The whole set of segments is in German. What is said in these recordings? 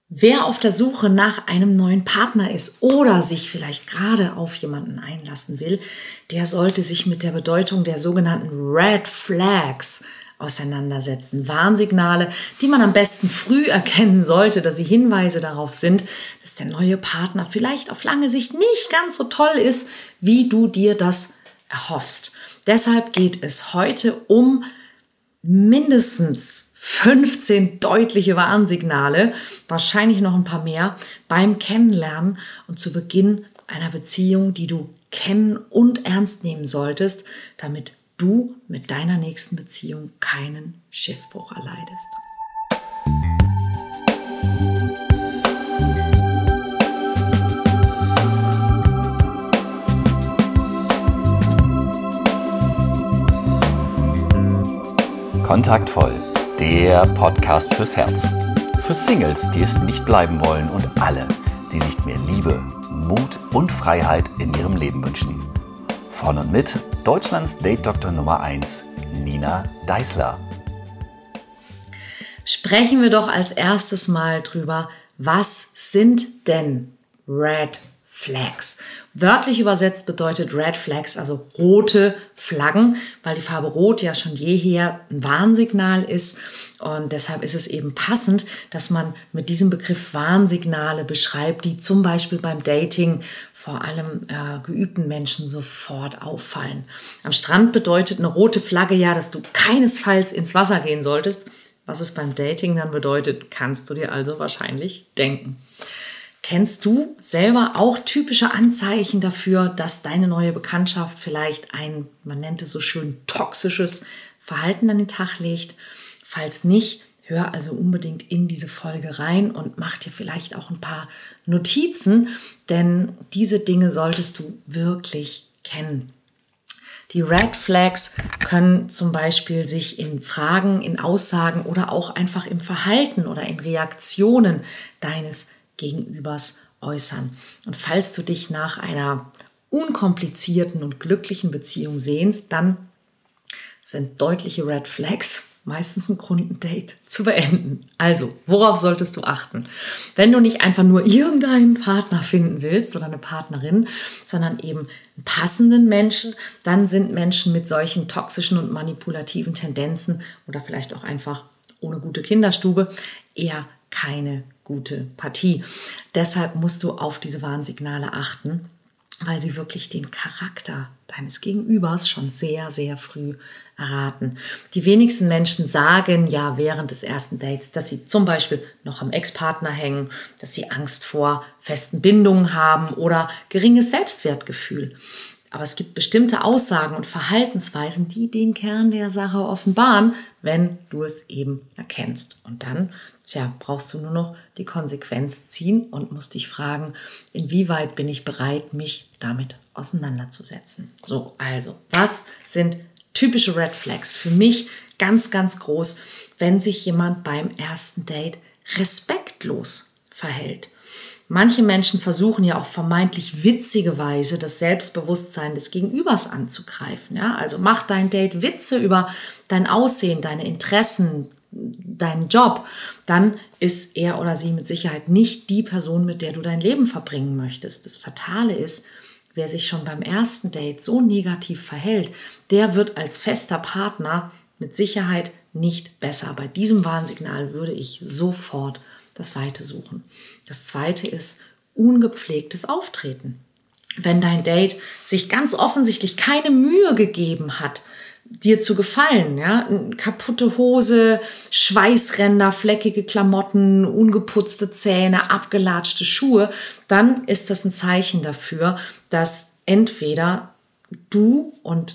Wer auf der Suche nach einem neuen Partner ist oder sich vielleicht gerade auf jemanden einlassen will, der sollte sich mit der Bedeutung der sogenannten Red Flags auseinandersetzen. Warnsignale, die man am besten früh erkennen sollte, dass sie Hinweise darauf sind, dass der neue Partner vielleicht auf lange Sicht nicht ganz so toll ist, wie du dir das erhoffst. Deshalb geht es heute um mindestens 15 deutliche Warnsignale, wahrscheinlich noch ein paar mehr, beim Kennenlernen und zu Beginn einer Beziehung, die du kennen und ernst nehmen solltest, damit du mit deiner nächsten Beziehung keinen Schiffbruch erleidest. Kontaktvoll, der Podcast fürs Herz. Für Singles, die es nicht bleiben wollen und alle, die sich mehr Liebe, Mut und Freiheit in ihrem Leben wünschen. Von und mit Deutschlands Date-Doktor Nummer 1, Nina Deißler. Sprechen wir doch als erstes mal drüber, was sind denn Red Flags? Wörtlich übersetzt bedeutet Red Flags also rote Flaggen, weil die Farbe Rot ja schon jeher ein Warnsignal ist. Und deshalb ist es eben passend, dass man mit diesem Begriff Warnsignale beschreibt, die zum Beispiel beim Dating vor allem geübten Menschen sofort auffallen. Am Strand bedeutet eine rote Flagge ja, dass du keinesfalls ins Wasser gehen solltest. Was es beim Dating dann bedeutet, kannst du dir also wahrscheinlich denken. Kennst du selber auch typische Anzeichen dafür, dass deine neue Bekanntschaft vielleicht ein, man nennt es so schön, toxisches Verhalten an den Tag legt? Falls nicht, hör also unbedingt in diese Folge rein und mach dir vielleicht auch ein paar Notizen, denn diese Dinge solltest du wirklich kennen. Die Red Flags können zum Beispiel sich in Fragen, in Aussagen oder auch einfach im Verhalten oder in Reaktionen deines Gegenübers äußern. Und falls du dich nach einer unkomplizierten und glücklichen Beziehung sehnst, dann sind deutliche Red Flags meistens ein Grund, ein Date zu beenden. Also, worauf solltest du achten? Wenn du nicht einfach nur irgendeinen Partner finden willst oder eine Partnerin, sondern eben einen passenden Menschen, dann sind Menschen mit solchen toxischen und manipulativen Tendenzen oder vielleicht auch einfach ohne gute Kinderstube eher keine gute Partie. Deshalb musst du auf diese Warnsignale achten, weil sie wirklich den Charakter deines Gegenübers schon sehr, sehr früh erraten. Die wenigsten Menschen sagen ja während des ersten Dates, dass sie zum Beispiel noch am Ex-Partner hängen, dass sie Angst vor festen Bindungen haben oder geringes Selbstwertgefühl. Aber es gibt bestimmte Aussagen und Verhaltensweisen, die den Kern der Sache offenbaren, wenn du es eben erkennst. Und dann, brauchst du nur noch die Konsequenz ziehen und musst dich fragen, inwieweit bin ich bereit, mich damit auseinanderzusetzen. So, also, was sind typische Red Flags? Für mich ganz, ganz groß, wenn sich jemand beim ersten Date respektlos verhält. Manche Menschen versuchen ja auf vermeintlich witzige Weise das Selbstbewusstsein des Gegenübers anzugreifen. Ja? Also mach dein Date Witze über dein Aussehen, deine Interessen, deinen Job. Dann ist er oder sie mit Sicherheit nicht die Person, mit der du dein Leben verbringen möchtest. Das Fatale ist, wer sich schon beim ersten Date so negativ verhält, der wird als fester Partner mit Sicherheit nicht besser. Bei diesem Warnsignal würde ich sofort das Weite suchen. Das Zweite ist ungepflegtes Auftreten. Wenn dein Date sich ganz offensichtlich keine Mühe gegeben hat, dir zu gefallen, ja, kaputte Hose, Schweißränder, fleckige Klamotten, ungeputzte Zähne, abgelatschte Schuhe, dann ist das ein Zeichen dafür, dass entweder du und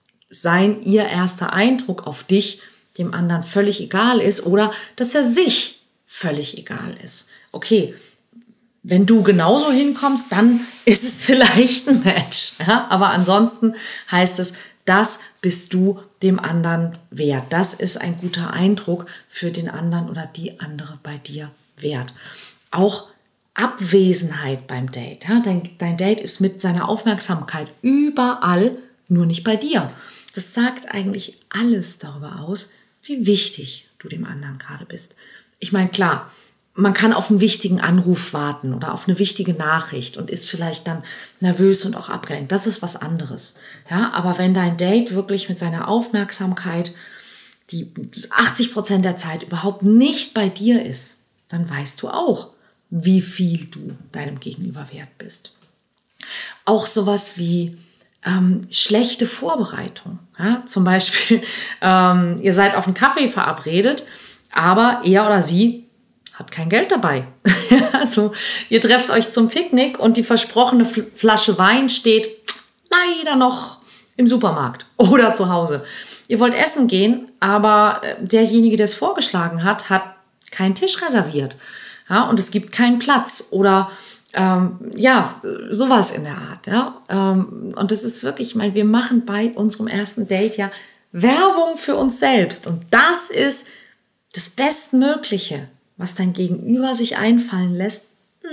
ihr erster Eindruck auf dich dem anderen völlig egal ist oder dass er sich völlig egal ist. Okay, wenn du genauso hinkommst, dann ist es vielleicht ein Match. Ja? Aber ansonsten heißt es, das bist du dem anderen wert. Das ist ein guter Eindruck für den anderen oder die andere bei dir wert. Auch Abwesenheit beim Date. Ja? Dein Date ist mit seiner Aufmerksamkeit überall, nur nicht bei dir. Das sagt eigentlich alles darüber aus, wie wichtig du dem anderen gerade bist. Ich meine, klar, man kann auf einen wichtigen Anruf warten oder auf eine wichtige Nachricht und ist vielleicht dann nervös und auch abgelenkt. Das ist was anderes. Ja, aber wenn dein Date wirklich mit seiner Aufmerksamkeit die 80% der Zeit überhaupt nicht bei dir ist, dann weißt du auch, wie viel du deinem Gegenüber wert bist. Auch sowas wie schlechte Vorbereitung. Ja? Zum Beispiel, ihr seid auf einen Kaffee verabredet, aber er oder sie hat kein Geld dabei. Also ihr trefft euch zum Picknick und die versprochene Flasche Wein steht leider noch im Supermarkt oder zu Hause. Ihr wollt essen gehen, aber derjenige, der es vorgeschlagen hat, hat keinen Tisch reserviert. Ja, und es gibt keinen Platz oder sowas in der Art. Ja? Und das ist wirklich, ich meine, wir machen bei unserem ersten Date ja Werbung für uns selbst. Und das ist das Bestmögliche, was dein Gegenüber sich einfallen lässt.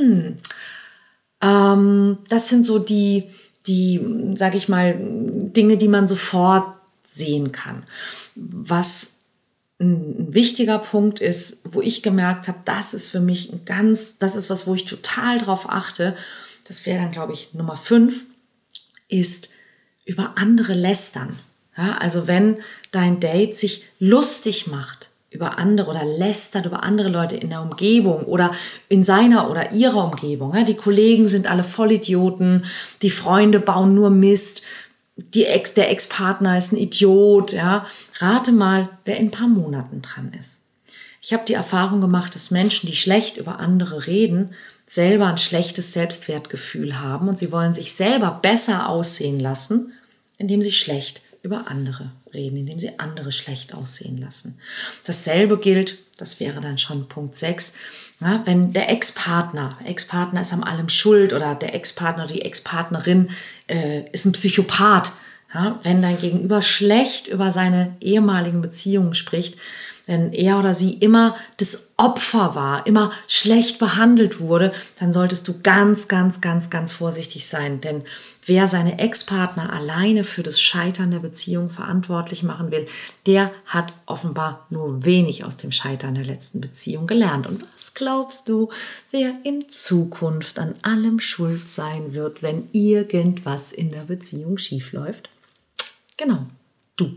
Das sind so die, sage ich mal, Dinge, die man sofort sehen kann. Was ein wichtiger Punkt ist, wo ich gemerkt habe, das ist für mich das ist was, wo ich total drauf achte. Das wäre dann, glaube ich, Nummer 5, ist über andere lästern. Ja, also wenn dein Date sich lustig macht über andere oder lästert über andere Leute in der Umgebung oder in seiner oder ihrer Umgebung. Ja, die Kollegen sind alle Vollidioten, die Freunde bauen nur Mist, der Ex-Partner ist ein Idiot. Ja. Rate mal, wer in ein paar Monaten dran ist. Ich habe die Erfahrung gemacht, dass Menschen, die schlecht über andere reden, selber ein schlechtes Selbstwertgefühl haben und sie wollen sich selber besser aussehen lassen, indem sie schlecht über andere reden, indem sie andere schlecht aussehen lassen. Dasselbe gilt, das wäre dann schon Punkt 6, ja, wenn der Ex-Partner ist an allem schuld oder der Ex-Partner oder die Ex-Partnerin ist ein Psychopath. Ja, wenn dein Gegenüber schlecht über seine ehemaligen Beziehungen spricht, wenn er oder sie immer das Opfer war, immer schlecht behandelt wurde, dann solltest du ganz, ganz, ganz, ganz vorsichtig sein. Denn wer seine Ex-Partner alleine für das Scheitern der Beziehung verantwortlich machen will, der hat offenbar nur wenig aus dem Scheitern der letzten Beziehung gelernt. Und was glaubst du, wer in Zukunft an allem schuld sein wird, wenn irgendwas in der Beziehung schiefläuft? Genau, du.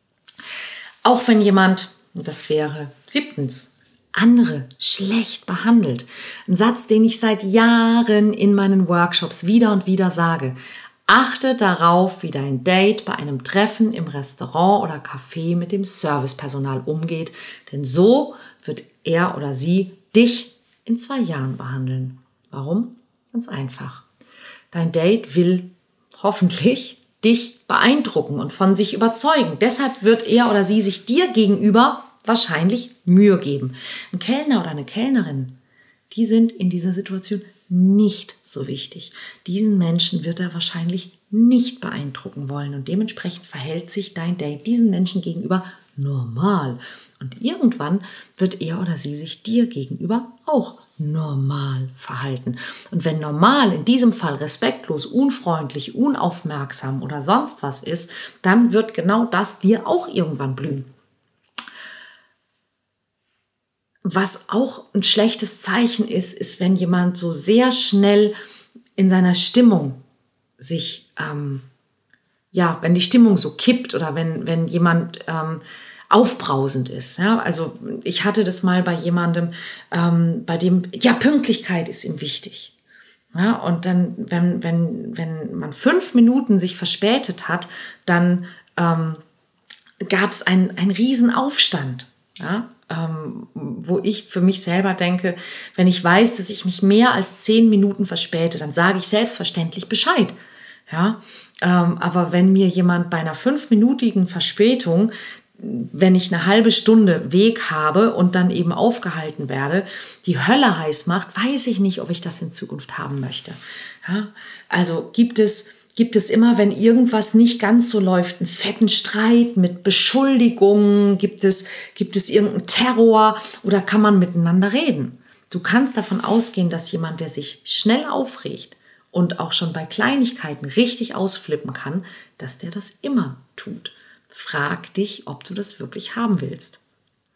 Auch wenn jemand, das wäre 7, andere schlecht behandelt. Ein Satz, den ich seit Jahren in meinen Workshops wieder und wieder sage. Achte darauf, wie dein Date bei einem Treffen im Restaurant oder Café mit dem Servicepersonal umgeht, denn so wird er oder sie dich in 2 Jahren behandeln. Warum? Ganz einfach. Dein Date will hoffentlich dich beeindrucken und von sich überzeugen. Deshalb wird er oder sie sich dir gegenüber wahrscheinlich Mühe geben. Ein Kellner oder eine Kellnerin, die sind in dieser Situation nicht so wichtig. Diesen Menschen wird er wahrscheinlich nicht beeindrucken wollen und dementsprechend verhält sich dein Date diesen Menschen gegenüber normal. Und irgendwann wird er oder sie sich dir gegenüber auch normal verhalten. Und wenn normal in diesem Fall respektlos, unfreundlich, unaufmerksam oder sonst was ist, dann wird genau das dir auch irgendwann blühen. Was auch ein schlechtes Zeichen ist, wenn jemand so sehr schnell in seiner Stimmung sich, wenn die Stimmung so kippt oder wenn jemand aufbrausend ist. Ja? Also ich hatte das mal bei jemandem, bei dem, Pünktlichkeit ist ihm wichtig. Ja? Und dann, wenn man 5 Minuten sich verspätet hat, dann gab es einen riesen Aufstand. Ja? Wo ich für mich selber denke, wenn ich weiß, dass ich mich mehr als 10 Minuten verspäte, dann sage ich selbstverständlich Bescheid. Ja? Aber wenn mir jemand bei einer 5-minütigen Verspätung, wenn ich eine halbe Stunde Weg habe und dann eben aufgehalten werde, die Hölle heiß macht, weiß ich nicht, ob ich das in Zukunft haben möchte. Ja? Also gibt es immer, wenn irgendwas nicht ganz so läuft, einen fetten Streit mit Beschuldigungen, gibt es irgendeinen Terror oder kann man miteinander reden? Du kannst davon ausgehen, dass jemand, der sich schnell aufregt und auch schon bei Kleinigkeiten richtig ausflippen kann, dass der das immer tut. Frag dich, ob du das wirklich haben willst. Ja?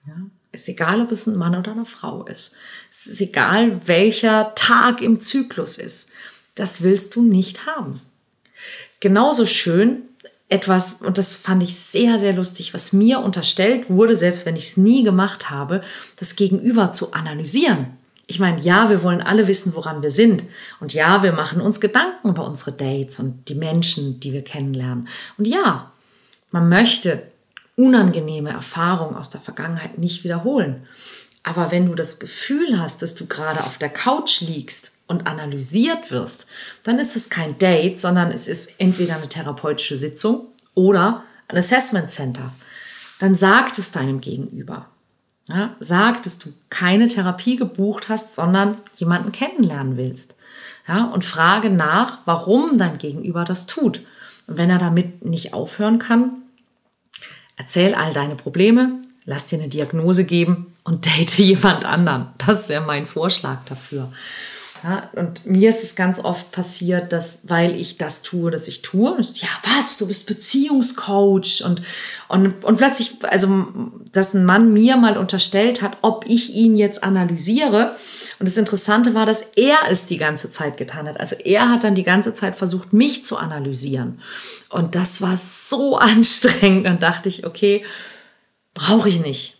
Ist egal, ob es ein Mann oder eine Frau ist. Es ist egal, welcher Tag im Zyklus ist. Das willst du nicht haben. Genauso schön etwas, und das fand ich sehr, sehr lustig, was mir unterstellt wurde, selbst wenn ich es nie gemacht habe, das Gegenüber zu analysieren. Ich meine, ja, wir wollen alle wissen, woran wir sind. Und ja, wir machen uns Gedanken über unsere Dates und die Menschen, die wir kennenlernen. Und ja, man möchte unangenehme Erfahrungen aus der Vergangenheit nicht wiederholen. Aber wenn du das Gefühl hast, dass du gerade auf der Couch liegst und analysiert wirst, dann ist es kein Date, sondern es ist entweder eine therapeutische Sitzung oder ein Assessment Center. Dann sagt es deinem Gegenüber. Ja, sag, dass du keine Therapie gebucht hast, sondern jemanden kennenlernen willst. Ja, und frage nach, warum dein Gegenüber das tut. Und wenn er damit nicht aufhören kann, erzähl all deine Probleme, lass dir eine Diagnose geben und date jemand anderen. Das wäre mein Vorschlag dafür. Ja, und mir ist es ganz oft passiert, dass, weil ich das tue, das ich tue, ist, ja, was, du bist Beziehungscoach und plötzlich, also, dass ein Mann mir mal unterstellt hat, ob ich ihn jetzt analysiere. Und das Interessante war, dass er es die ganze Zeit getan hat. Also er hat dann die ganze Zeit versucht, mich zu analysieren. Und das war so anstrengend. Dann dachte ich, okay, brauche ich nicht.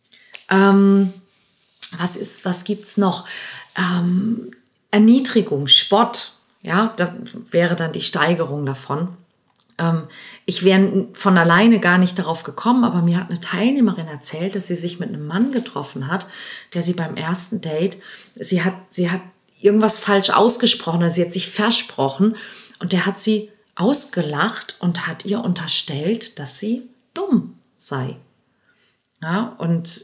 Was gibt's noch? Erniedrigung, Spott, ja, da wäre dann die Steigerung davon. Ich wäre von alleine gar nicht darauf gekommen, aber mir hat eine Teilnehmerin erzählt, dass sie sich mit einem Mann getroffen hat, der sie beim ersten Date, sie hat irgendwas falsch ausgesprochen, also sie hat sich versprochen und der hat sie ausgelacht und hat ihr unterstellt, dass sie dumm sei. Ja, und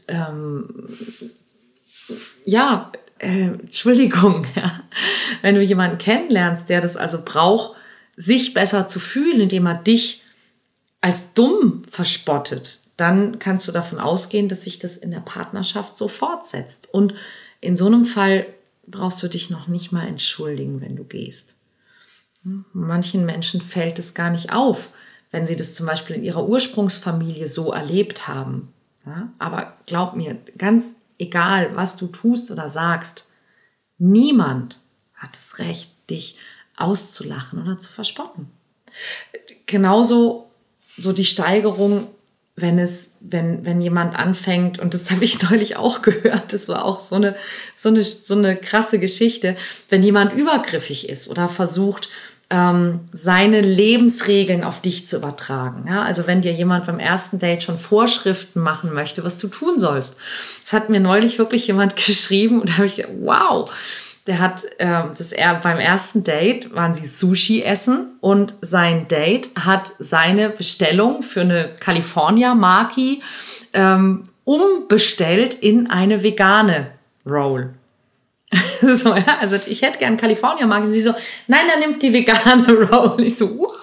Entschuldigung, ja. Wenn du jemanden kennenlernst, der das also braucht, sich besser zu fühlen, indem er dich als dumm verspottet, dann kannst du davon ausgehen, dass sich das in der Partnerschaft so fortsetzt. Und in so einem Fall brauchst du dich noch nicht mal entschuldigen, wenn du gehst. Manchen Menschen fällt es gar nicht auf, wenn sie das zum Beispiel in ihrer Ursprungsfamilie so erlebt haben. Ja? Aber glaub mir, ganz egal, was du tust oder sagst, niemand hat das Recht, dich auszulachen oder zu verspotten. Genauso so die Steigerung, wenn jemand anfängt, und das habe ich neulich auch gehört, das war auch so eine krasse Geschichte, wenn jemand übergriffig ist oder versucht, seine Lebensregeln auf dich zu übertragen. Ja, also wenn dir jemand beim ersten Date schon Vorschriften machen möchte, was du tun sollst. Das hat mir neulich wirklich jemand geschrieben und da habe ich gedacht, wow, der hat, beim ersten Date waren sie Sushi essen und sein Date hat seine Bestellung für eine California Maki umbestellt in eine vegane Roll. So, ja, also ich hätte gern California Maki. Und sie so, nein, er nimmt die vegane Roll. Ich so, what?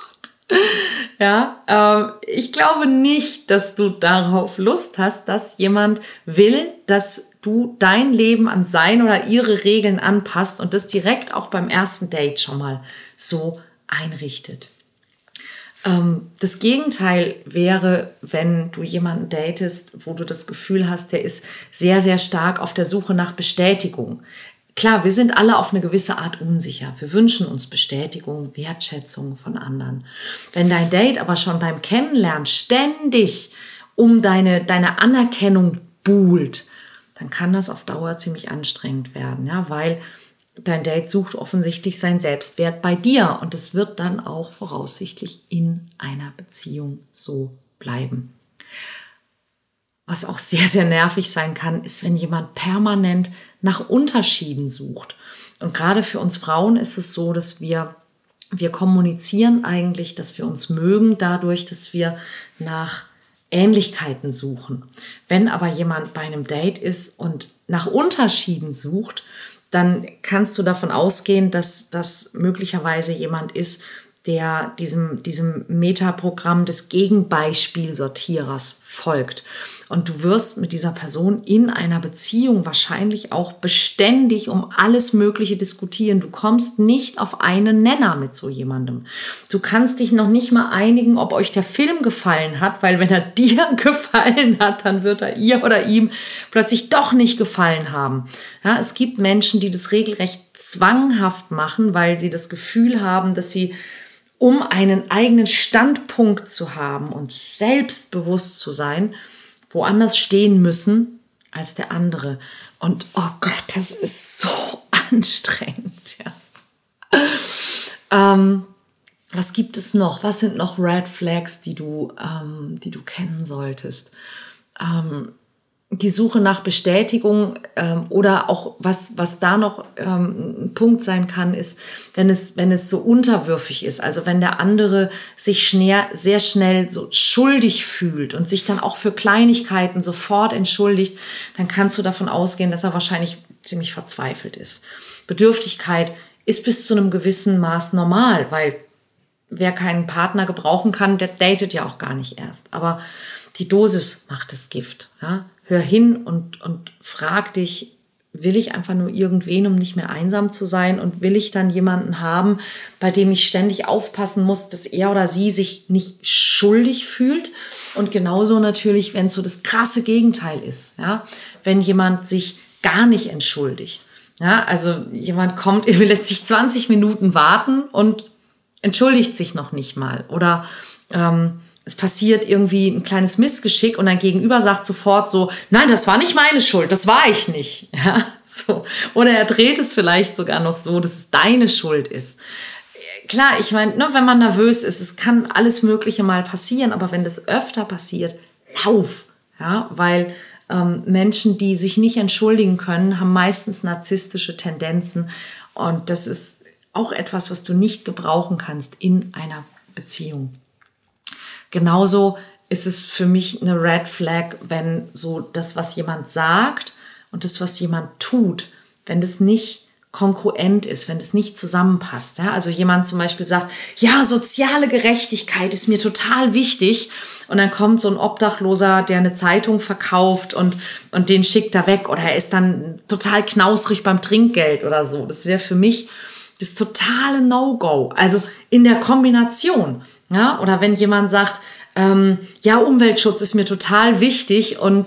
Ja, ich glaube nicht, dass du darauf Lust hast, dass jemand will, dass du dein Leben an sein oder ihre Regeln anpasst und das direkt auch beim ersten Date schon mal so einrichtet. Das Gegenteil wäre, wenn du jemanden datest, wo du das Gefühl hast, der ist sehr, sehr stark auf der Suche nach Bestätigung. Klar, wir sind alle auf eine gewisse Art unsicher. Wir wünschen uns Bestätigung, Wertschätzung von anderen. Wenn dein Date aber schon beim Kennenlernen ständig um deine Anerkennung buhlt, dann kann das auf Dauer ziemlich anstrengend werden, ja, weil dein Date sucht offensichtlich seinen Selbstwert bei dir und es wird dann auch voraussichtlich in einer Beziehung so bleiben. Was auch sehr, sehr nervig sein kann, ist, wenn jemand permanent nach Unterschieden sucht. Und gerade für uns Frauen ist es so, dass wir kommunizieren eigentlich, dass wir uns mögen, dadurch, dass wir nach Ähnlichkeiten suchen. Wenn aber jemand bei einem Date ist und nach Unterschieden sucht, dann kannst du davon ausgehen, dass das möglicherweise jemand ist, der diesem Metaprogramm des Gegenbeispielsortierers folgt. Und du wirst mit dieser Person in einer Beziehung wahrscheinlich auch beständig um alles Mögliche diskutieren. Du kommst nicht auf einen Nenner mit so jemandem. Du kannst dich noch nicht mal einigen, ob euch der Film gefallen hat, weil wenn er dir gefallen hat, dann wird er ihr oder ihm plötzlich doch nicht gefallen haben. Ja, es gibt Menschen, die das regelrecht zwanghaft machen, weil sie das Gefühl haben, dass sie, um einen eigenen Standpunkt zu haben und selbstbewusst zu sein, woanders stehen müssen als der andere. Und oh Gott, das ist so anstrengend. Ja. Was gibt es noch? Was sind noch Red Flags, die du kennen solltest? Die Suche nach Bestätigung oder auch was da noch ein Punkt sein kann, ist, wenn es so unterwürfig ist, also wenn der andere sich sehr schnell so schuldig fühlt und sich dann auch für Kleinigkeiten sofort entschuldigt, dann kannst du davon ausgehen, dass er wahrscheinlich ziemlich verzweifelt ist. Bedürftigkeit ist bis zu einem gewissen Maß normal, weil wer keinen Partner gebrauchen kann, der datet ja auch gar nicht erst. Aber die Dosis macht das Gift, ja. Hör hin und frag dich, will ich einfach nur irgendwen, um nicht mehr einsam zu sein? Und will ich dann jemanden haben, bei dem ich ständig aufpassen muss, dass er oder sie sich nicht schuldig fühlt? Und genauso natürlich, wenn es so das krasse Gegenteil ist, ja, wenn jemand sich gar nicht entschuldigt. Ja, also jemand kommt, lässt sich 20 Minuten warten und entschuldigt sich noch nicht mal. Oder es passiert irgendwie ein kleines Missgeschick und dein Gegenüber sagt sofort so, nein, das war nicht meine Schuld, das war ich nicht. Ja, so. Oder er dreht es vielleicht sogar noch so, dass es deine Schuld ist. Klar, ich meine, ne, wenn man nervös ist, es kann alles Mögliche mal passieren, aber wenn das öfter passiert, lauf. Ja, weil Menschen, die sich nicht entschuldigen können, haben meistens narzisstische Tendenzen und das ist auch etwas, was du nicht gebrauchen kannst in einer Beziehung. Genauso ist es für mich eine Red Flag, wenn so das, was jemand sagt und das, was jemand tut, wenn das nicht kongruent ist, wenn das nicht zusammenpasst. Ja? Also jemand zum Beispiel sagt, ja, soziale Gerechtigkeit ist mir total wichtig und dann kommt so ein Obdachloser, der eine Zeitung verkauft und den schickt er weg oder er ist dann total knausrig beim Trinkgeld oder so. Das wäre für mich das totale No-Go. Also in der Kombination. Ja, oder wenn jemand sagt, ja, Umweltschutz ist mir total wichtig und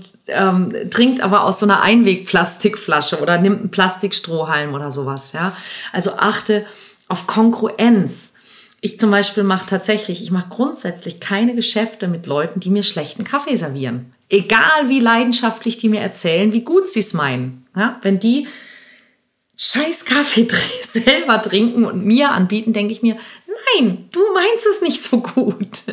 trinkt aber aus so einer Einwegplastikflasche oder nimmt einen Plastikstrohhalm oder sowas. Ja, also achte auf Kongruenz. Ich zum Beispiel mache grundsätzlich keine Geschäfte mit Leuten, die mir schlechten Kaffee servieren. Egal wie leidenschaftlich die mir erzählen, wie gut sie es meinen. Ja, wenn die scheiß Kaffee selber trinken und mir anbieten, denke ich mir, nein, du meinst es nicht so gut.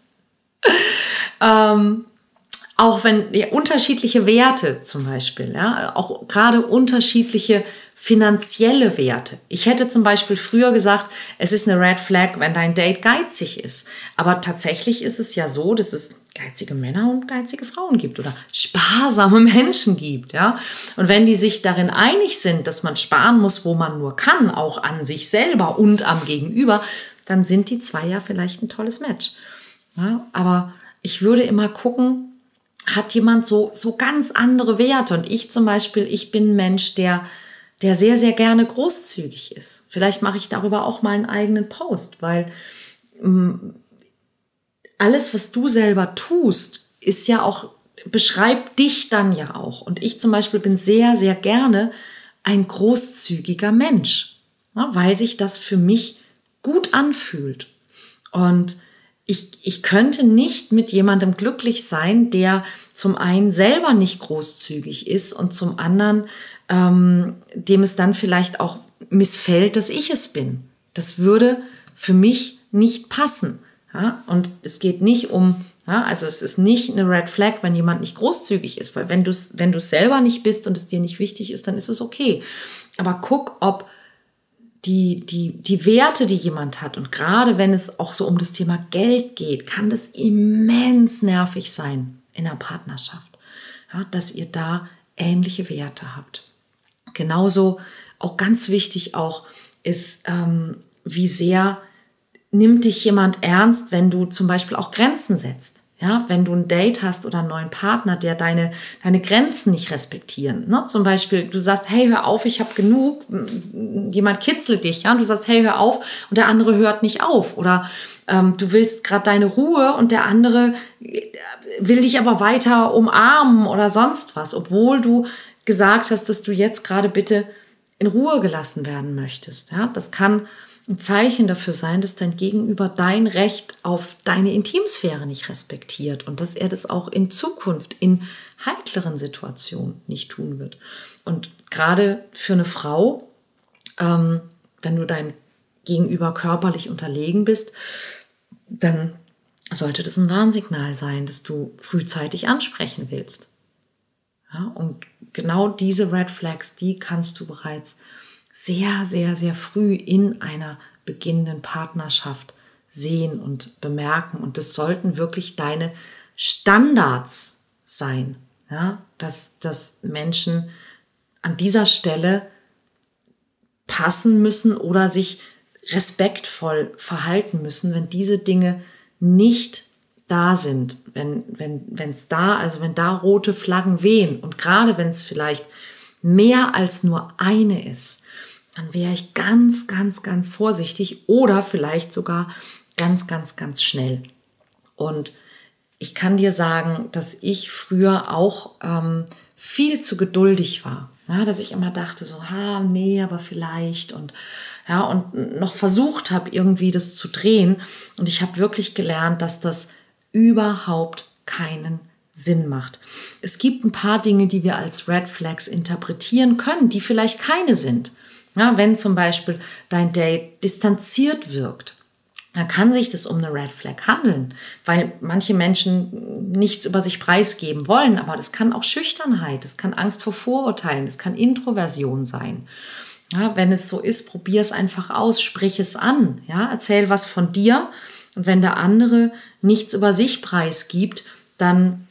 Auch wenn unterschiedliche Werte zum Beispiel, ja, auch gerade unterschiedliche finanzielle Werte. Ich hätte zum Beispiel früher gesagt, es ist eine Red Flag, wenn dein Date geizig ist. Aber tatsächlich ist es ja so, dass es geizige Männer und geizige Frauen gibt oder sparsame Menschen gibt, ja. Und wenn die sich darin einig sind, dass man sparen muss, wo man nur kann, auch an sich selber und am Gegenüber, dann sind die zwei ja vielleicht ein tolles Match. Ja, aber ich würde immer gucken, hat jemand so ganz andere Werte? Und ich zum Beispiel, ich bin ein Mensch, der sehr, sehr gerne großzügig ist. Vielleicht mache ich darüber auch mal einen eigenen Post, weil alles, was du selber tust, ist ja auch, beschreibt dich dann ja auch. Und ich zum Beispiel bin sehr, sehr gerne ein großzügiger Mensch, ja, weil sich das für mich gut anfühlt. Und ich könnte nicht mit jemandem glücklich sein, der zum einen selber nicht großzügig ist und zum anderen, dem es dann vielleicht auch missfällt, dass ich es bin. Das würde für mich nicht passen. Ja? Und es geht nicht also es ist nicht eine Red Flag, wenn jemand nicht großzügig ist, weil wenn du es selber nicht bist und es dir nicht wichtig ist, dann ist es okay. Aber guck, ob die Werte, die jemand hat, und gerade wenn es auch so um das Thema Geld geht, kann das immens nervig sein in der Partnerschaft, ja, dass ihr da ähnliche Werte habt. Genauso auch ganz wichtig auch ist, wie sehr nimmt dich jemand ernst, wenn du zum Beispiel auch Grenzen setzt. Ja, wenn du ein Date hast oder einen neuen Partner, der deine Grenzen nicht respektieren. Ne? Zum Beispiel, du sagst, hey, hör auf, ich habe genug. Jemand kitzelt dich, ja, und du sagst, hey, hör auf, und der andere hört nicht auf. Oder du willst gerade deine Ruhe und der andere will dich aber weiter umarmen oder sonst was, obwohl du gesagt hast, dass du jetzt gerade bitte in Ruhe gelassen werden möchtest. Ja? Das kann ein Zeichen dafür sein, dass dein Gegenüber dein Recht auf deine Intimsphäre nicht respektiert und dass er das auch in Zukunft in heikleren Situationen nicht tun wird. Und gerade für eine Frau, wenn du deinem Gegenüber körperlich unterlegen bist, dann sollte das ein Warnsignal sein, dass du frühzeitig ansprechen willst. Ja, und genau diese Red Flags, die kannst du bereits sehr, sehr, sehr früh in einer beginnenden Partnerschaft sehen und bemerken. Und das sollten wirklich deine Standards sein, ja? Dass Menschen an dieser Stelle passen müssen oder sich respektvoll verhalten müssen, wenn diese Dinge nicht da sind, wenn da rote Flaggen wehen und gerade wenn es vielleicht mehr als nur eine ist, dann wäre ich ganz, ganz, ganz vorsichtig oder vielleicht sogar ganz, ganz, ganz schnell. Und ich kann dir sagen, dass ich früher auch viel zu geduldig war. Ja, dass ich immer dachte so, nee, aber vielleicht und noch versucht habe, irgendwie das zu drehen. Und ich habe wirklich gelernt, dass das überhaupt keinen Sinn macht. Es gibt ein paar Dinge, die wir als Red Flags interpretieren können, die vielleicht keine sind. Ja, wenn zum Beispiel dein Date distanziert wirkt, dann kann sich das um eine Red Flag handeln, weil manche Menschen nichts über sich preisgeben wollen, aber das kann auch Schüchternheit, das kann Angst vor Vorurteilen, das kann Introversion sein. Ja, wenn es so ist, probier es einfach aus, sprich es an, ja, erzähl was von dir und wenn der andere nichts über sich preisgibt, dann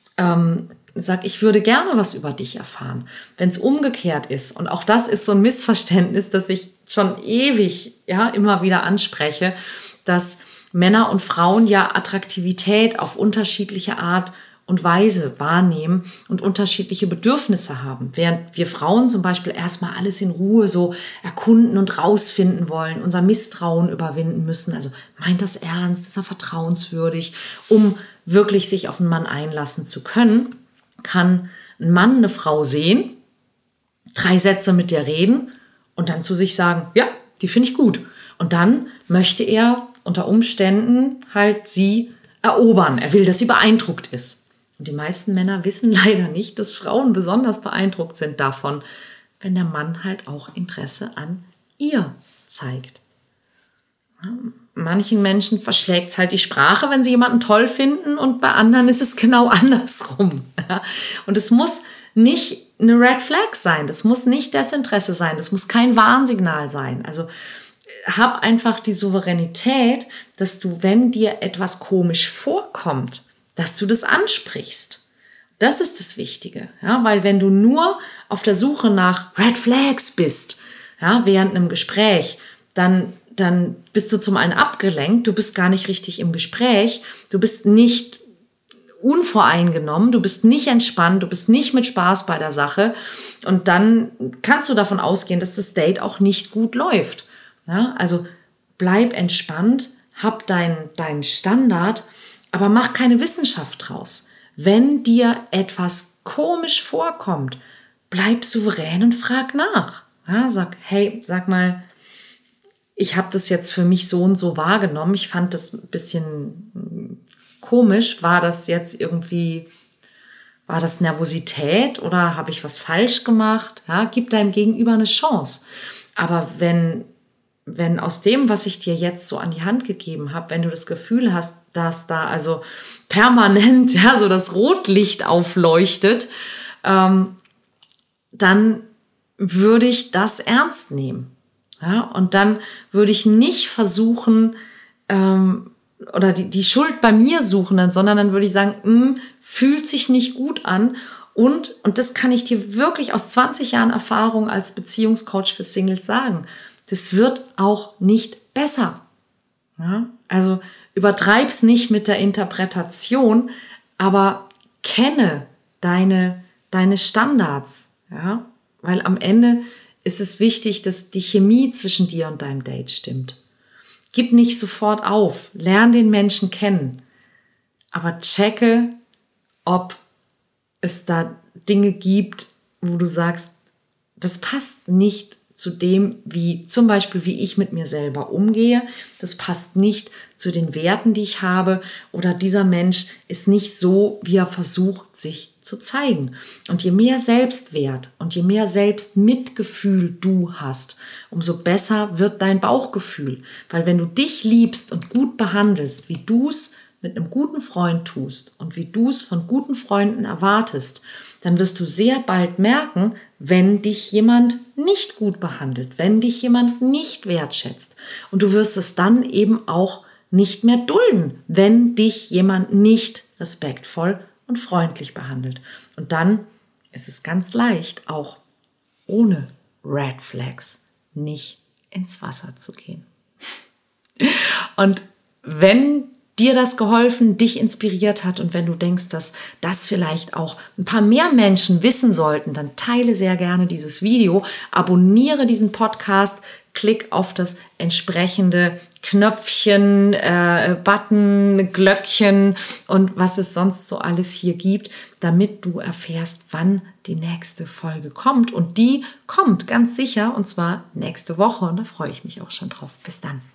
sag, ich würde gerne was über dich erfahren. Wenn es umgekehrt ist, und auch das ist so ein Missverständnis, das ich schon ewig immer wieder anspreche, dass Männer und Frauen ja Attraktivität auf unterschiedliche Art und Weise wahrnehmen und unterschiedliche Bedürfnisse haben. Während wir Frauen zum Beispiel erstmal alles in Ruhe so erkunden und rausfinden wollen, unser Misstrauen überwinden müssen. Also meint das ernst, ist er vertrauenswürdig, um wirklich sich auf einen Mann einlassen zu können, kann ein Mann eine Frau sehen, 3 Sätze mit der reden und dann zu sich sagen, ja, die finde ich gut. Und dann möchte er unter Umständen halt sie erobern. Er will, dass sie beeindruckt ist. Und die meisten Männer wissen leider nicht, dass Frauen besonders beeindruckt sind davon, wenn der Mann halt auch Interesse an ihr zeigt. Manchen Menschen verschlägt es halt die Sprache, wenn sie jemanden toll finden und bei anderen ist es genau andersrum. Und es muss nicht eine Red Flag sein, das muss nicht Desinteresse sein, das muss kein Warnsignal sein. Also hab einfach die Souveränität, dass du, wenn dir etwas komisch vorkommt, dass du das ansprichst. Das ist das Wichtige, ja, weil wenn du nur auf der Suche nach Red Flags bist, ja, während einem Gespräch, dann bist du zum einen abgelenkt, du bist gar nicht richtig im Gespräch, du bist nicht unvoreingenommen, du bist nicht entspannt, du bist nicht mit Spaß bei der Sache und dann kannst du davon ausgehen, dass das Date auch nicht gut läuft. Ja, also bleib entspannt, hab deinen Standard, aber mach keine Wissenschaft draus. Wenn dir etwas komisch vorkommt, bleib souverän und frag nach. Ja, sag mal, ich habe das jetzt für mich so und so wahrgenommen. Ich fand das ein bisschen komisch. War das Nervosität oder habe ich was falsch gemacht? Ja, gib deinem Gegenüber eine Chance. Aber wenn aus dem, was ich dir jetzt so an die Hand gegeben habe, wenn du das Gefühl hast, dass da also permanent so das Rotlicht aufleuchtet, dann würde ich das ernst nehmen. Ja, und dann würde ich nicht versuchen, oder die Schuld bei mir suchen, sondern dann würde ich sagen, fühlt sich nicht gut an. Und das kann ich dir wirklich aus 20 Jahren Erfahrung als Beziehungscoach für Singles sagen, das wird auch nicht besser. Ja? Also übertreib's nicht mit der Interpretation, aber kenne deine Standards. Ja? Weil am Ende ist es wichtig, dass die Chemie zwischen dir und deinem Date stimmt. Gib nicht sofort auf, lern den Menschen kennen, aber checke, ob es da Dinge gibt, wo du sagst, das passt nicht zu dem, wie zum Beispiel, wie ich mit mir selber umgehe. Das passt nicht zu den Werten, die ich habe. Oder dieser Mensch ist nicht so, wie er versucht, sich zu zeigen. Und je mehr Selbstwert und je mehr Selbstmitgefühl du hast, umso besser wird dein Bauchgefühl. Weil wenn du dich liebst und gut behandelst, wie du es mit einem guten Freund tust und wie du es von guten Freunden erwartest, dann wirst du sehr bald merken, wenn dich jemand nicht gut behandelt, wenn dich jemand nicht wertschätzt. Und du wirst es dann eben auch nicht mehr dulden, wenn dich jemand nicht respektvoll und freundlich behandelt. Und dann ist es ganz leicht, auch ohne Red Flags nicht ins Wasser zu gehen. Und wenn dir das geholfen, dich inspiriert hat und wenn du denkst, dass das vielleicht auch ein paar mehr Menschen wissen sollten, dann teile sehr gerne dieses Video, abonniere diesen Podcast, klick auf das entsprechende Knöpfchen, Button, Glöckchen und was es sonst so alles hier gibt, damit du erfährst, wann die nächste Folge kommt. Und die kommt ganz sicher und zwar nächste Woche und da freue ich mich auch schon drauf. Bis dann.